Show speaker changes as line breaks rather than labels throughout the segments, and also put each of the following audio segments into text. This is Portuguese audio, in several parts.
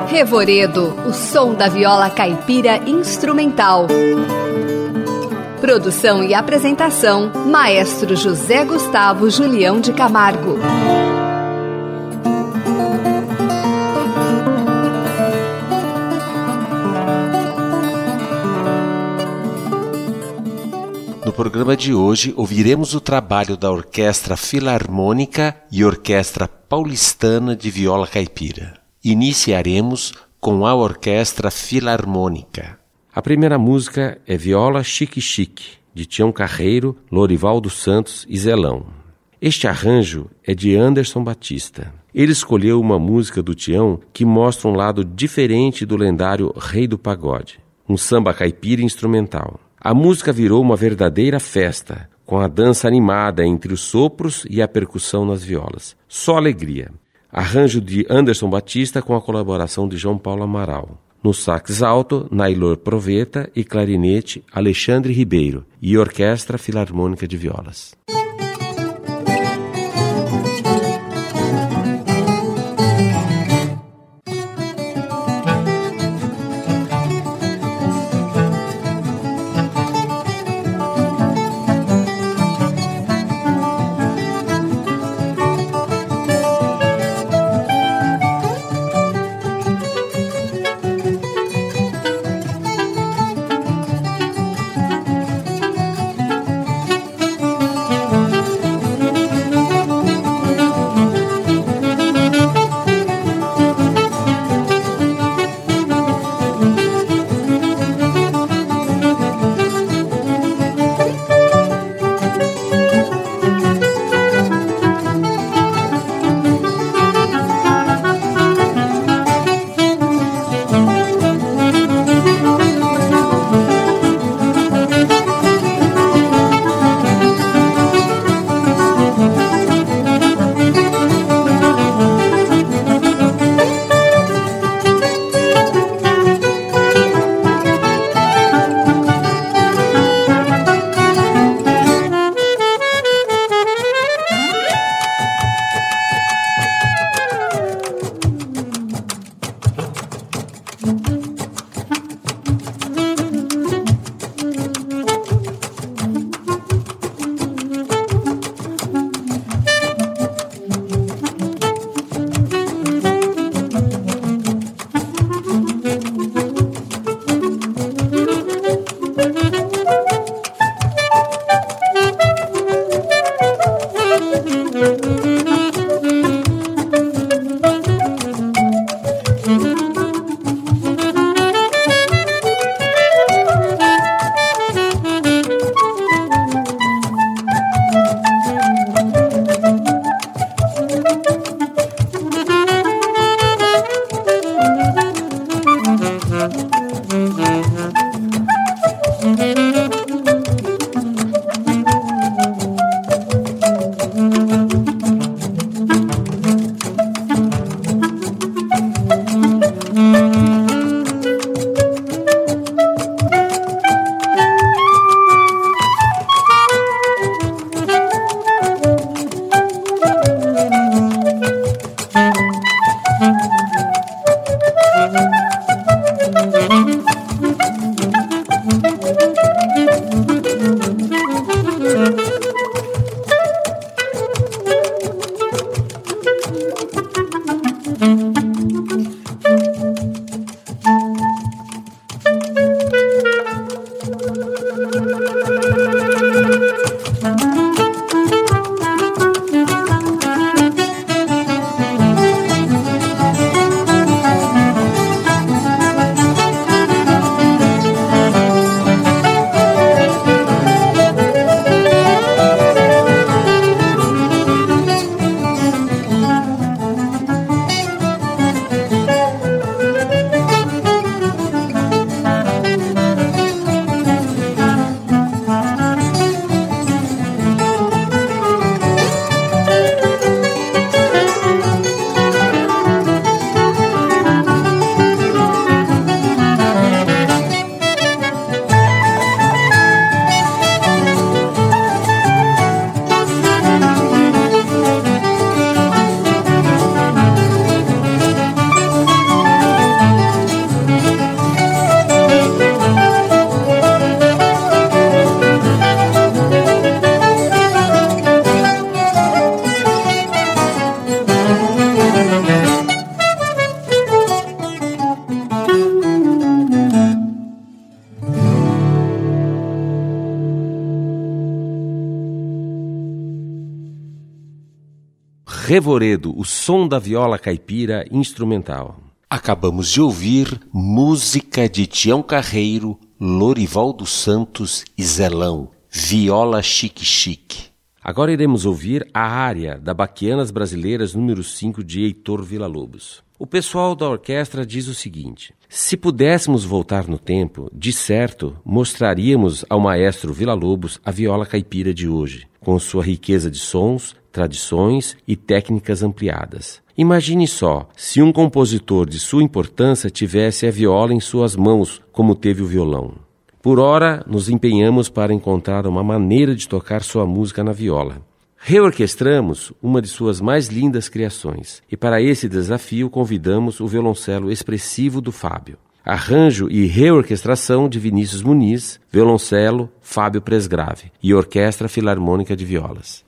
Revoredo, o som da viola caipira instrumental. Produção e apresentação, Maestro José Gustavo Julião de Camargo.
No programa de hoje, ouviremos o trabalho da Orquestra Filarmônica e Orquestra Paulistana de Viola Caipira. Iniciaremos com a Orquestra Filarmônica. A primeira música é Viola Chique Chique, de Tião Carreiro, Lorival dos Santos e Zelão. Este arranjo é de Anderson Batista. Ele escolheu uma música do Tião que mostra um lado diferente do lendário Rei do Pagode, um samba caipira instrumental. A música virou uma verdadeira festa, com a dança animada entre os sopros e a percussão nas violas. Só alegria. Arranjo de Anderson Batista com a colaboração de João Paulo Amaral. No sax alto, Nailor Proveta e clarinete, Alexandre Ribeiro e Orquestra Filarmônica de Violas. Revoredo, o som da viola caipira instrumental. Acabamos de ouvir música de Tião Carreiro, Lorival dos Santos e Zelão, Viola Chique Chique. Agora iremos ouvir a área da Baquianas Brasileiras número 5 de Heitor Villa-Lobos. O pessoal da orquestra diz o seguinte: se pudéssemos voltar no tempo, de certo mostraríamos ao maestro Villa-Lobos a viola caipira de hoje, com sua riqueza de sons, tradições e técnicas ampliadas. Imagine só, se um compositor de sua importância tivesse a viola em suas mãos, como teve o violão. Por ora, nos empenhamos para encontrar uma maneira de tocar sua música na viola. Reorquestramos uma de suas mais lindas criações, e para esse desafio convidamos o violoncelo expressivo do Fábio. Arranjo e reorquestração de Vinícius Muniz, violoncelo Fábio Presgrave e Orquestra Filarmônica de Violas.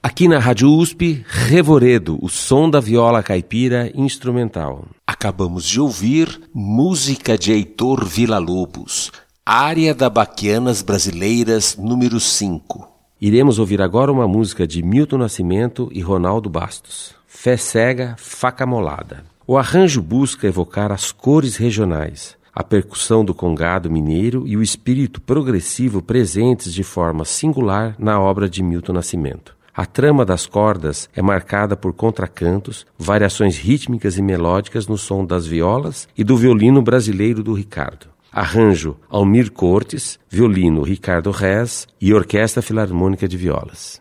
Aqui na Rádio USP, Revoredo, o som da viola caipira instrumental. Acabamos de ouvir música de Heitor Villa-Lobos, Área da Baquianas Brasileiras, número 5. Iremos ouvir agora uma música de Milton Nascimento e Ronaldo Bastos, Fé Cega, Faca Molada. O arranjo busca evocar as cores regionais, a percussão do congado mineiro e o espírito progressivo presentes de forma singular na obra de Milton Nascimento. A trama das cordas é marcada por contracantos, variações rítmicas e melódicas no som das violas e do violino brasileiro do Ricardo. Arranjo Almir Cortes, violino Ricardo Rez e Orquestra Filarmônica de Violas.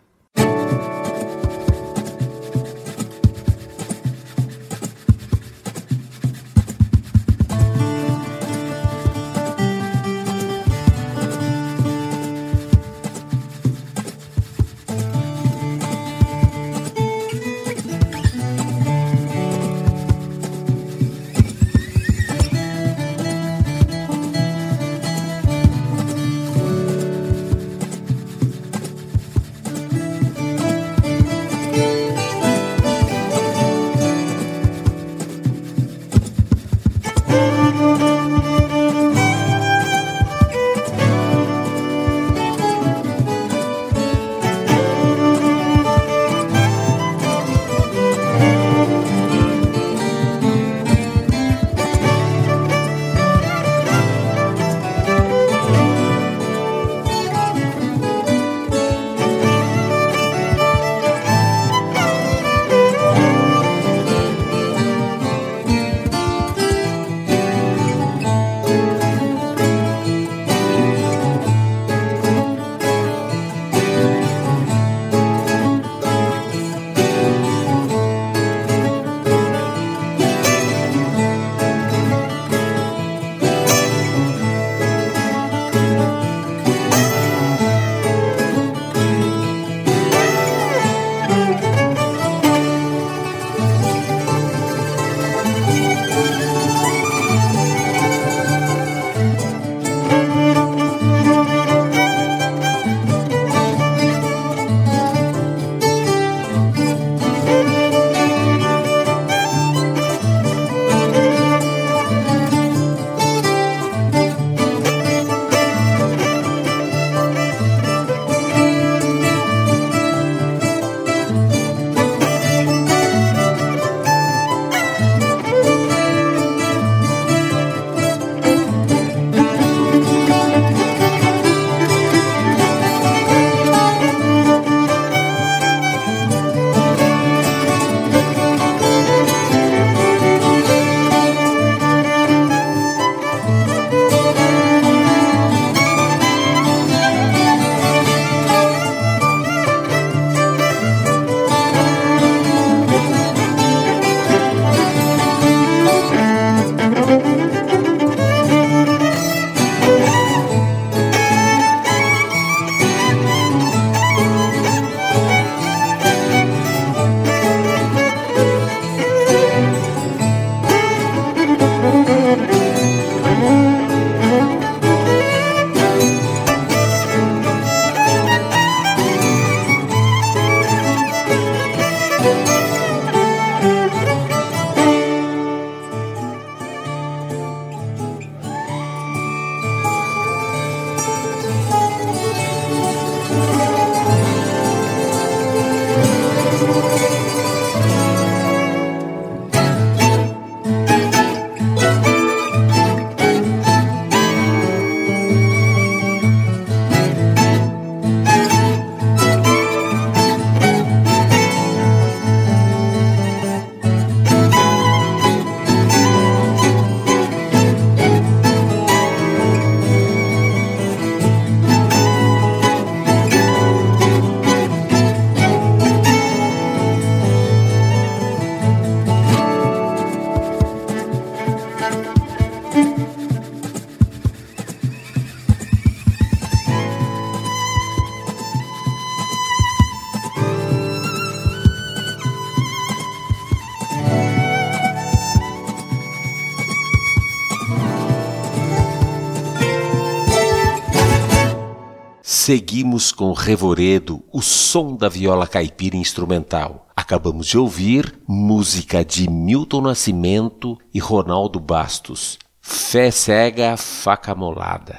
Seguimos com Revoredo, o som da viola caipira instrumental. Acabamos de ouvir música de Milton Nascimento e Ronaldo Bastos. Fé cega, faca molada.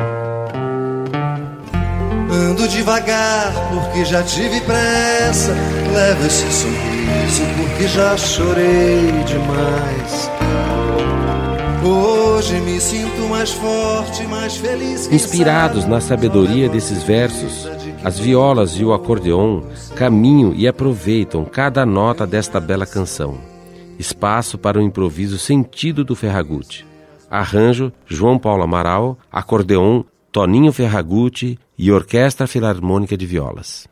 Ando devagar porque já tive pressa. Levo esse sorriso porque já chorei demais. Hoje me sinto mais forte, mais feliz.
Inspirados na sabedoria desses versos, as violas e o acordeon caminham e aproveitam cada nota desta bela canção. Espaço para o improviso sentido do Ferragutti. Arranjo, João Paulo Amaral. Acordeon, Toninho Ferragutti e Orquestra Filarmônica de Violas.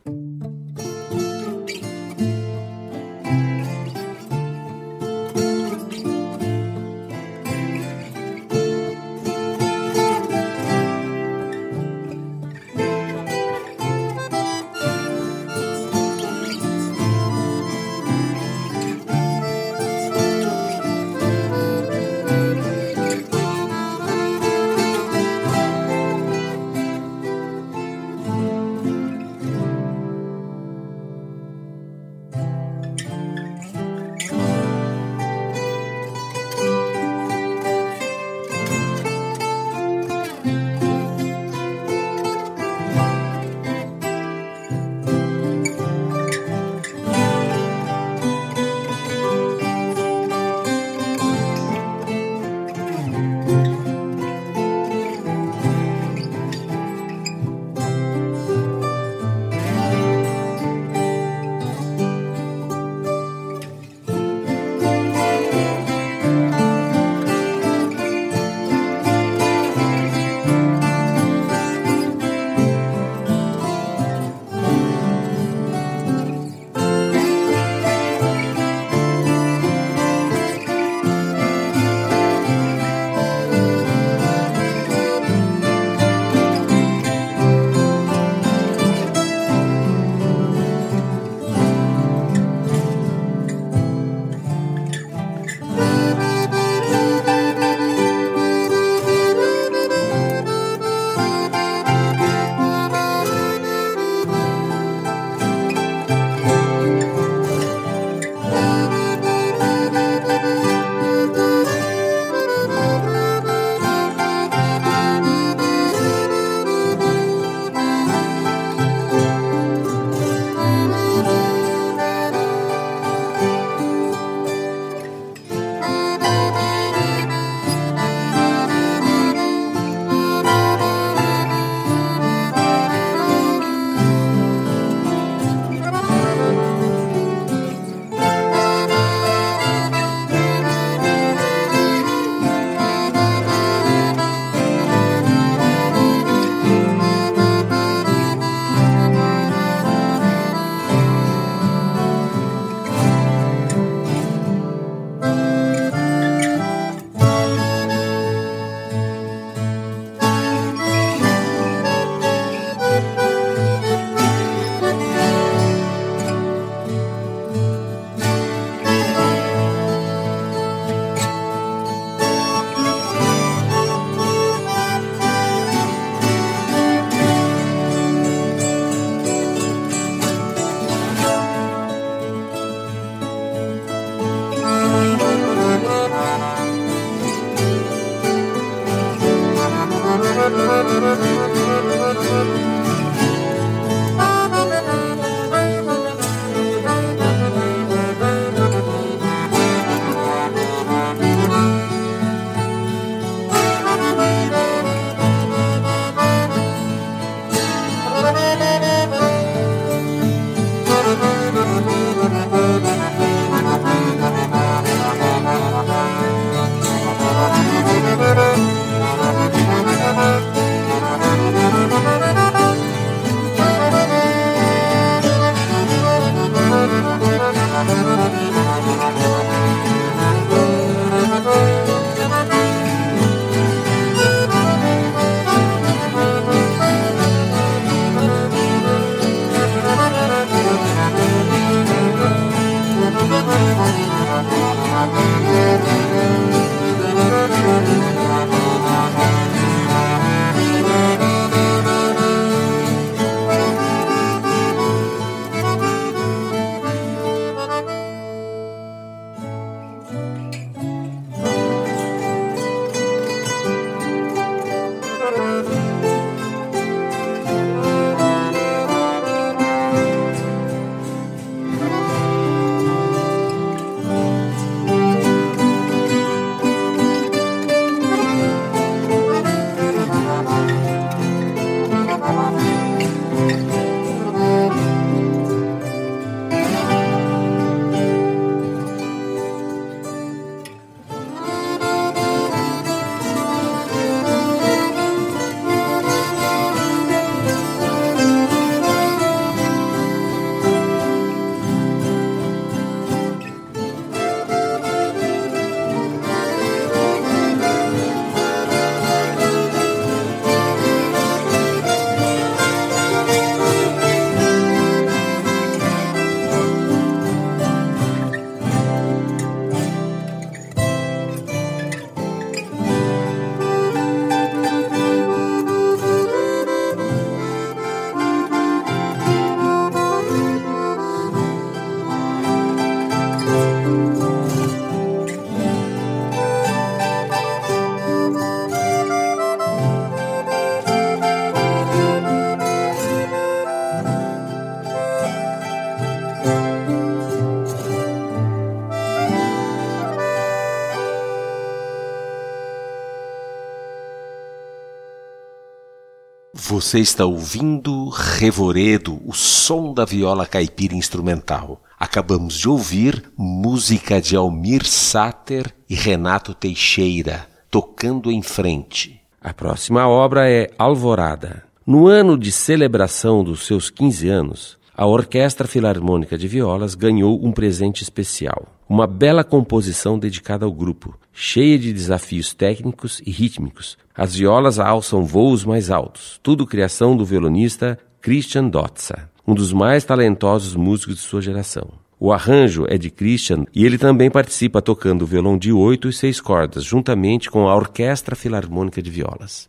Você está ouvindo Revoredo, o som da viola caipira instrumental. Acabamos de ouvir música de Almir Sater e Renato Teixeira, Tocando em Frente. A próxima obra é Alvorada. No ano de celebração dos seus 15 anos, a Orquestra Filarmônica de Violas ganhou um presente especial. Uma bela composição dedicada ao grupo, cheia de desafios técnicos e rítmicos. As violas alçam voos mais altos, tudo criação do violonista Christian Dotza, um dos mais talentosos músicos de sua geração. O arranjo é de Christian e ele também participa tocando violão de 8 e 6 cordas, juntamente com a Orquestra Filarmônica de Violas.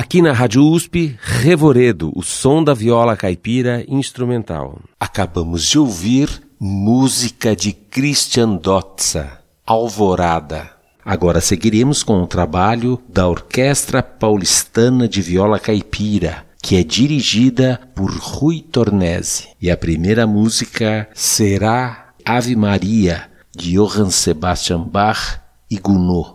Aqui na Rádio USP, Revoredo, o som da viola caipira instrumental. Acabamos de ouvir música de Christian Dotza, Alvorada. Agora seguiremos com o trabalho da Orquestra Paulistana de Viola Caipira, que é dirigida por Rui Tornese. E a primeira música será Ave Maria, de Johann Sebastian Bach e Gounod.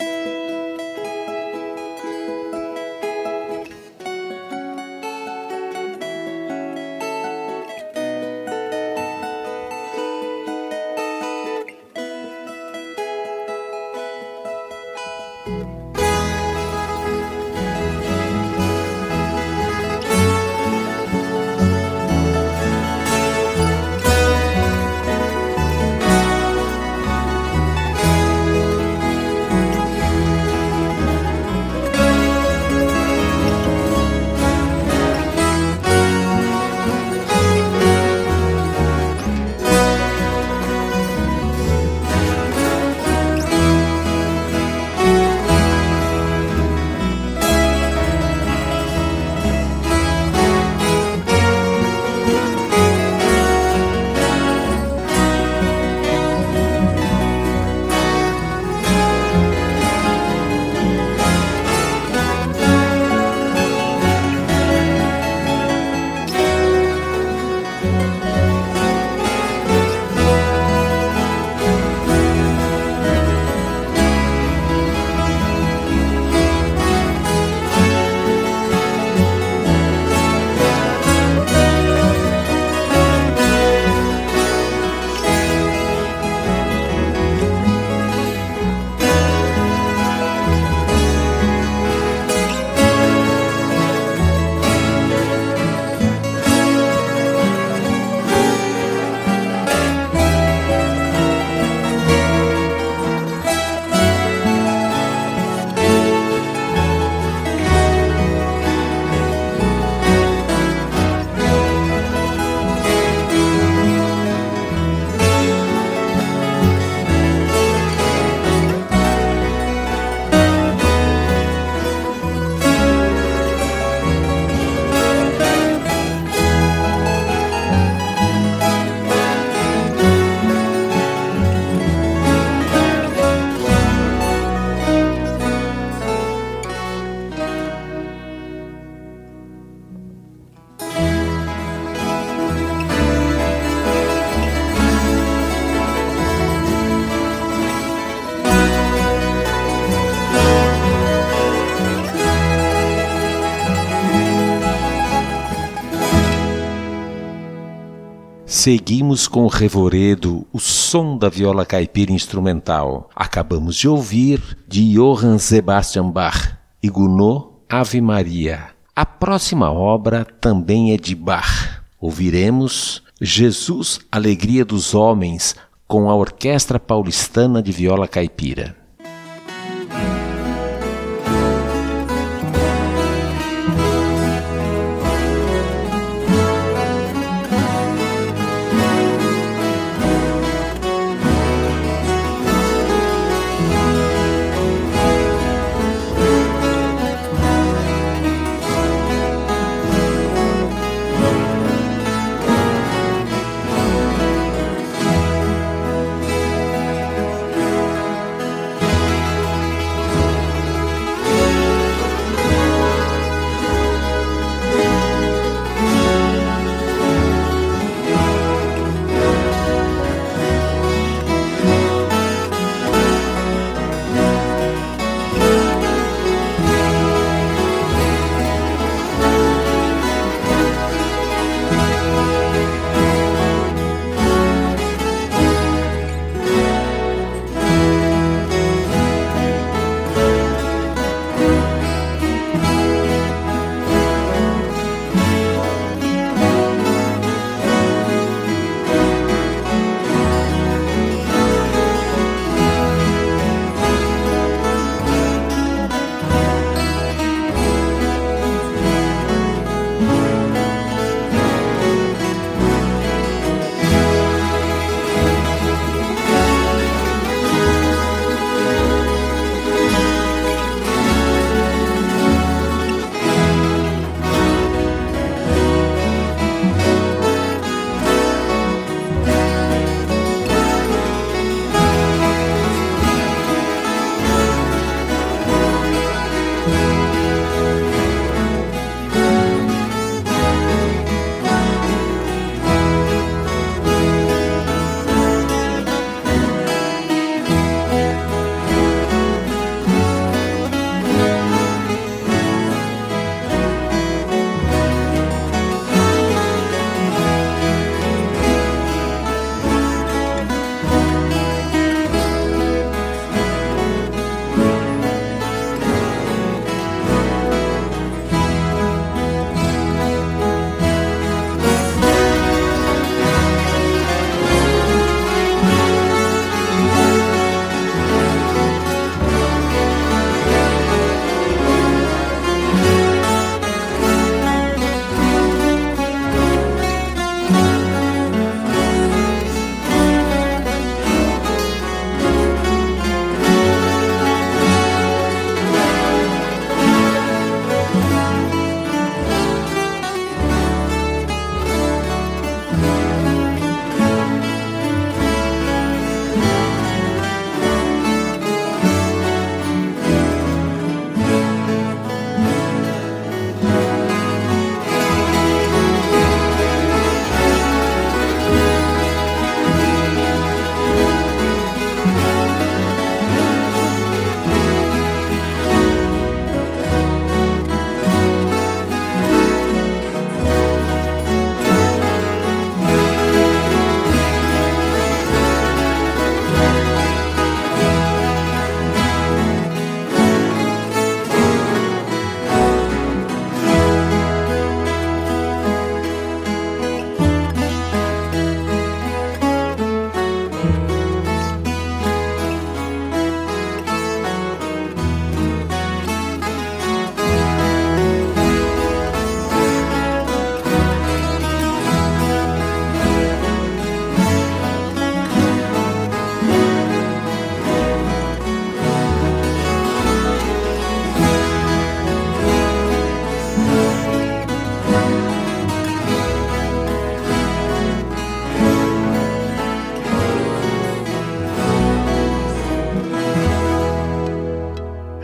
Seguimos com o Revoredo, o som da viola caipira instrumental. Acabamos de ouvir de Johann Sebastian Bach e Gounod, Ave Maria. A próxima obra também é de Bach. Ouviremos Jesus, Alegria dos Homens, com a Orquestra Paulistana de Viola Caipira.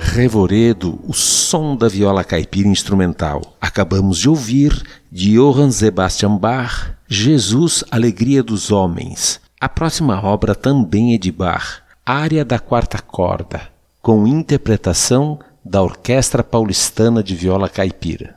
Revoredo, o som da viola caipira instrumental. Acabamos de ouvir, de Johann Sebastian Bach, Jesus, Alegria dos Homens. A próxima obra também é de Bach, Área da Quarta Corda, com interpretação da Orquestra Paulistana de Viola Caipira.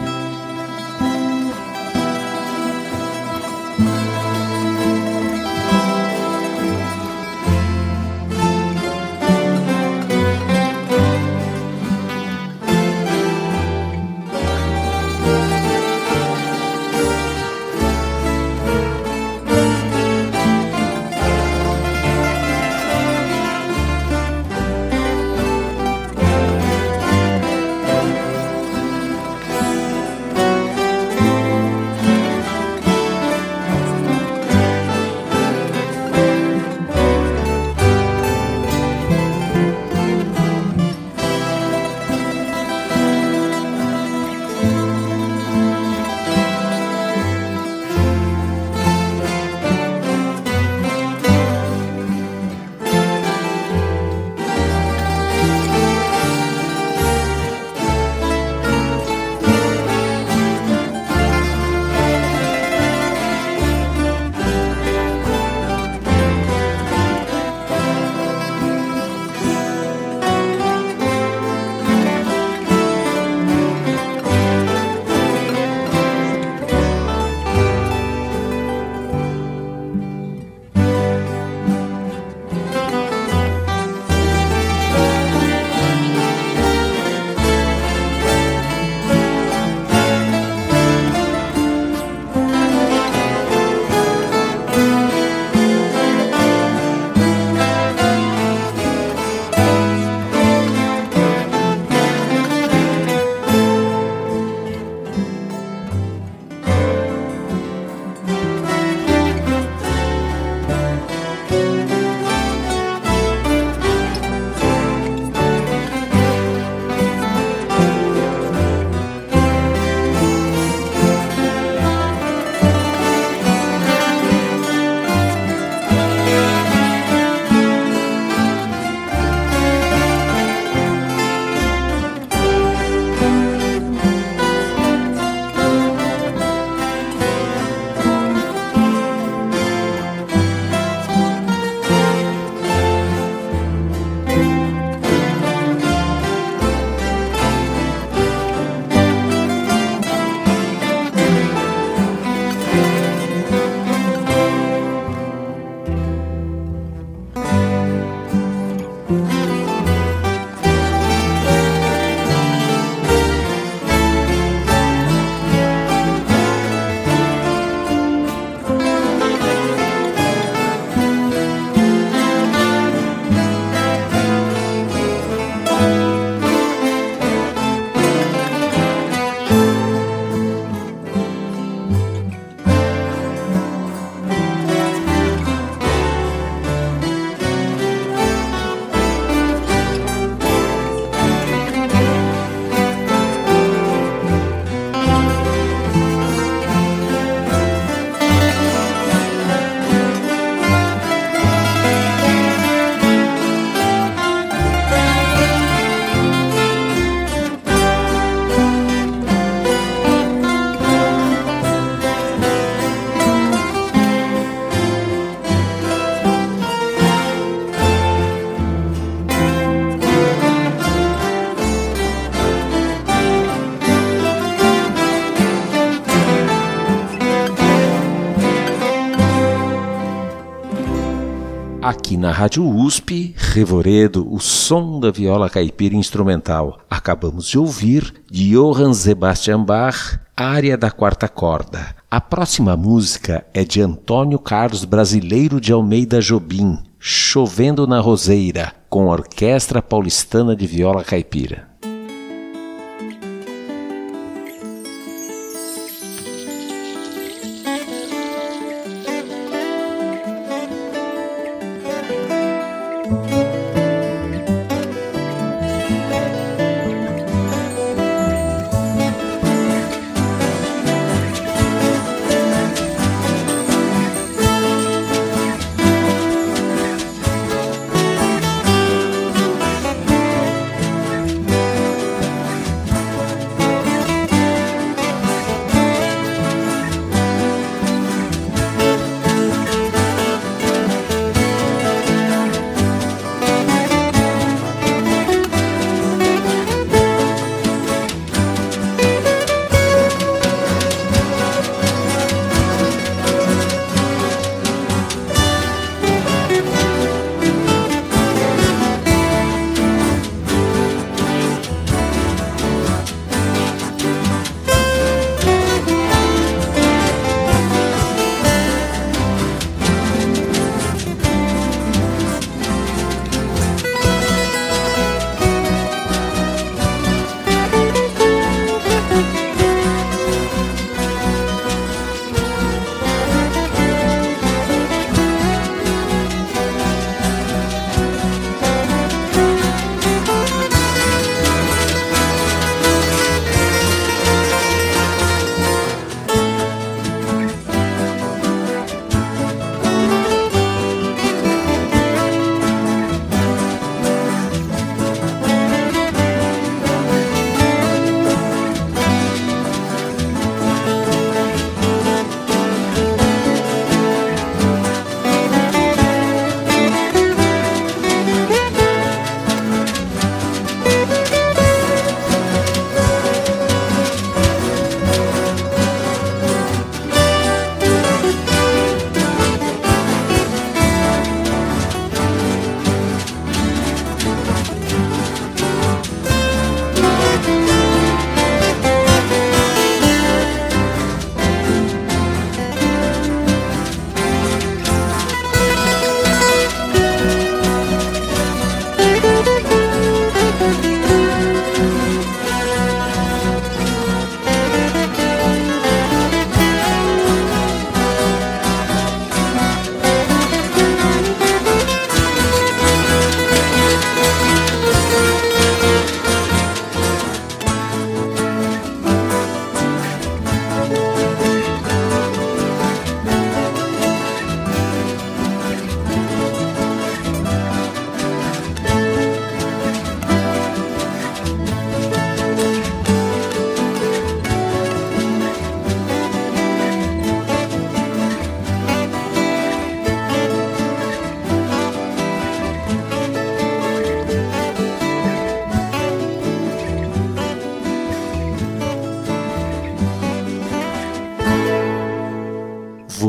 Aqui na Rádio USP, Revoredo, o som da viola caipira instrumental. Acabamos de ouvir, de Johann Sebastian Bach, Área da Quarta Corda. A próxima música é de Antônio Carlos Brasileiro de Almeida Jobim, Chovendo na Roseira, com a Orquestra Paulistana de Viola Caipira.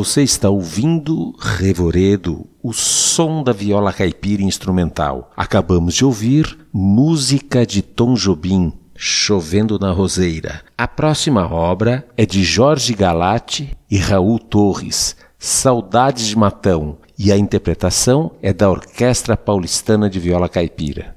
Você está ouvindo Revoredo, o som da viola caipira instrumental. Acabamos de ouvir música de Tom Jobim, Chovendo na Roseira. A próxima obra é de Jorge Galati e Raul Torres, Saudades de Matão, e a interpretação é da Orquestra Paulistana de Viola Caipira.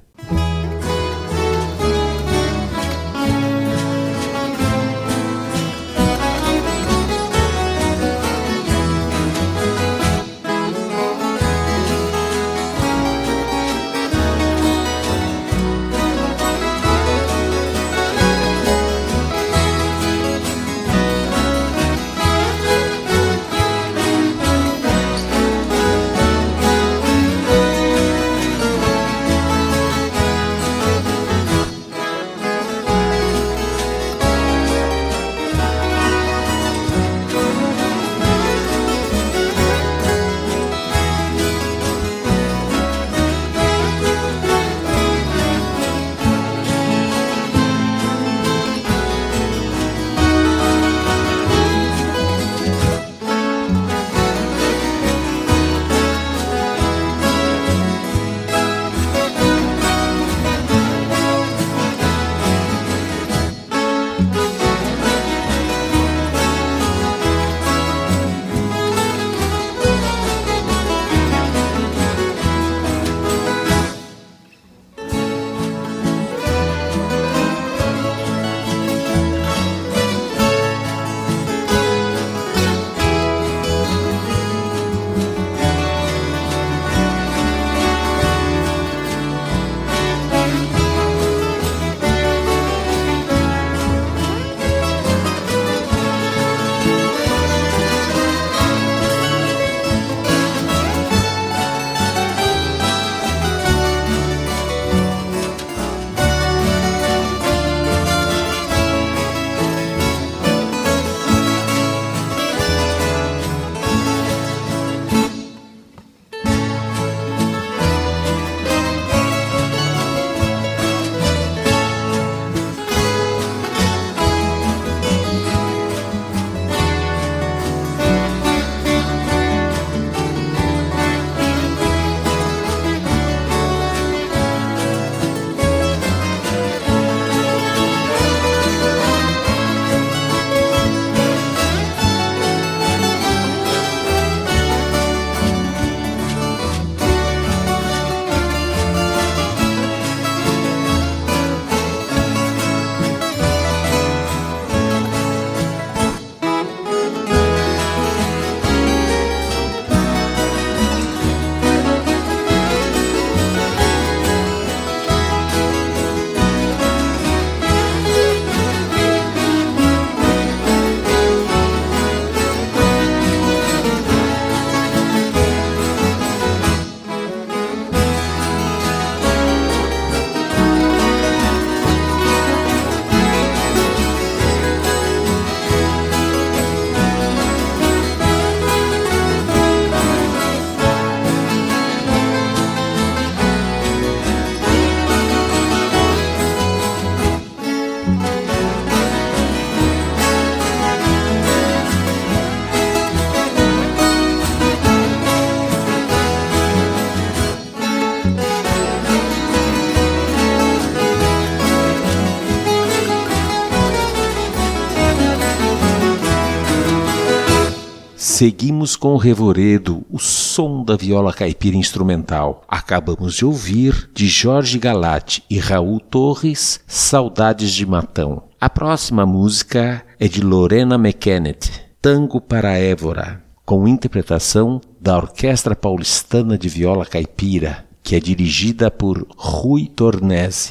Seguimos com o Revoredo, o som da viola caipira instrumental. Acabamos de ouvir, de Jorge Galati e Raul Torres, Saudades de Matão. A próxima música é de Lorena McKennett, Tango para Évora, com interpretação da Orquestra Paulistana de Viola Caipira, que é dirigida por Rui Tornese.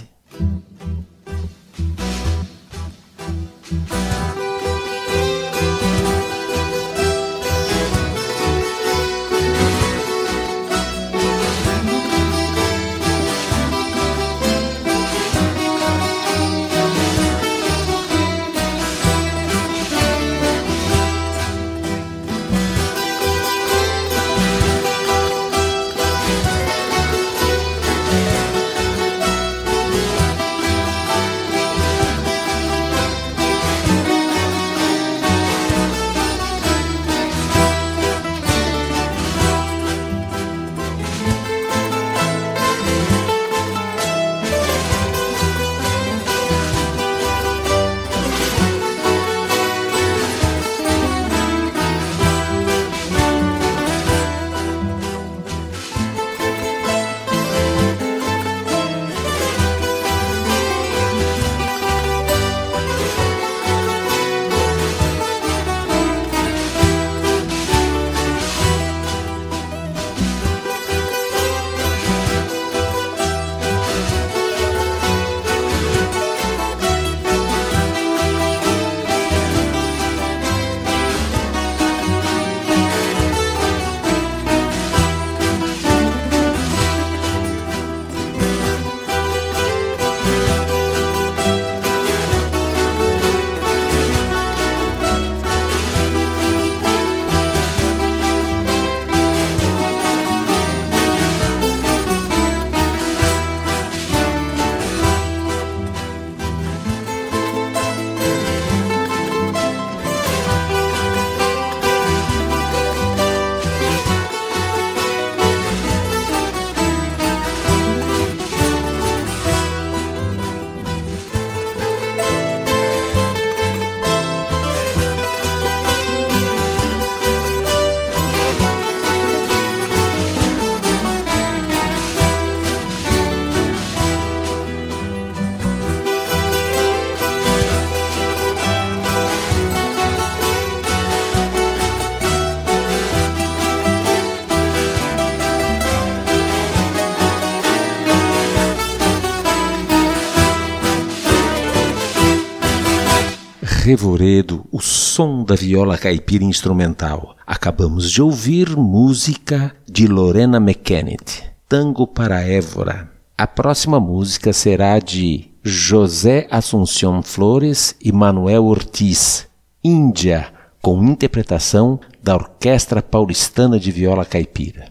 Revoredo, o som da viola caipira instrumental. Acabamos de ouvir música de Lorena McKennitt, Tango para Évora. A próxima música será de José Assunción Flores e Manuel Ortiz, Índia, com interpretação da Orquestra Paulistana de Viola Caipira.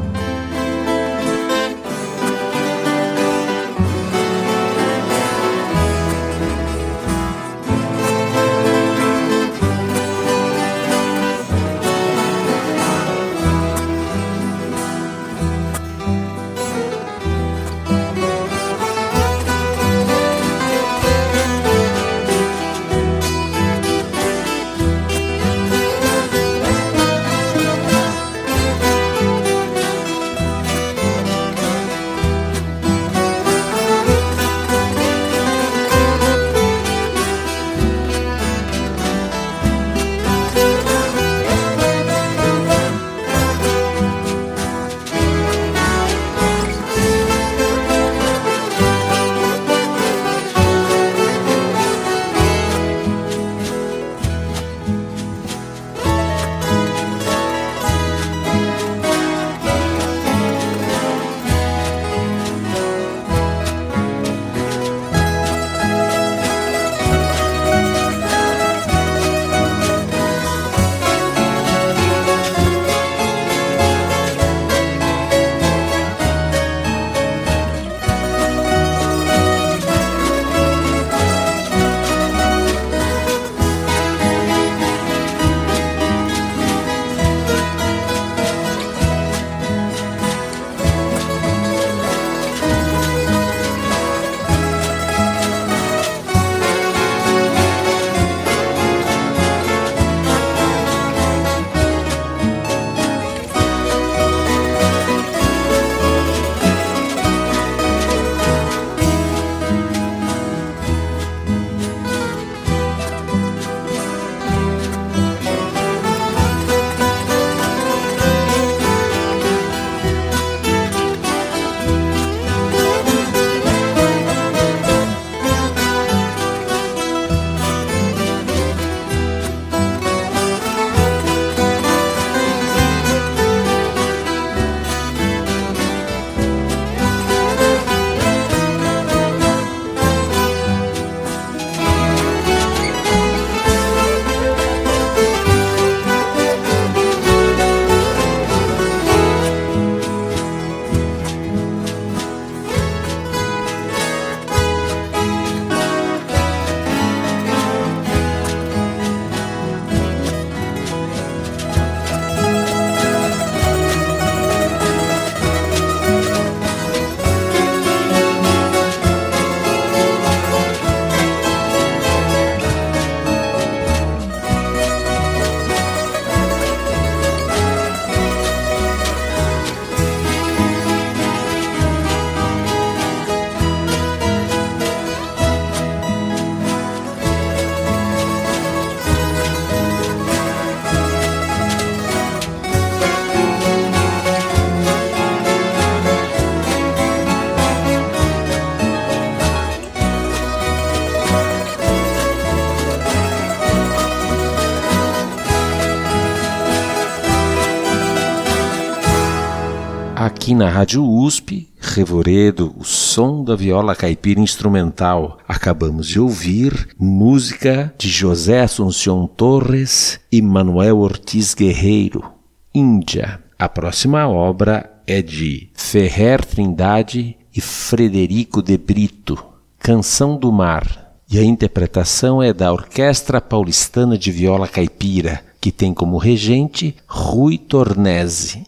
Aqui na Rádio USP, Revoredo, o som da viola caipira instrumental. Acabamos de ouvir música de José Assunción Torres e Manuel Ortiz Guerreiro, Índia. A próxima obra é de Ferrer Trindade e Frederico de Brito, Canção do Mar. E a interpretação é da Orquestra Paulistana de Viola Caipira, que tem como regente Rui Tornese.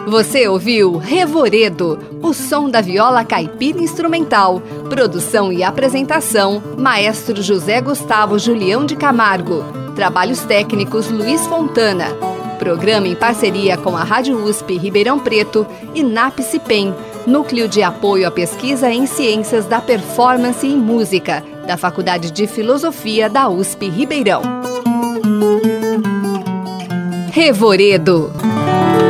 Você ouviu Revoredo, o som da viola caipira instrumental. Produção e apresentação, Maestro José Gustavo Julião de Camargo. Trabalhos técnicos, Luiz Fontana. Programa em parceria com a Rádio USP Ribeirão Preto e NAPCIPEM, Núcleo de Apoio à Pesquisa em Ciências da Performance e Música, da Faculdade de Filosofia da USP Ribeirão. Revoredo.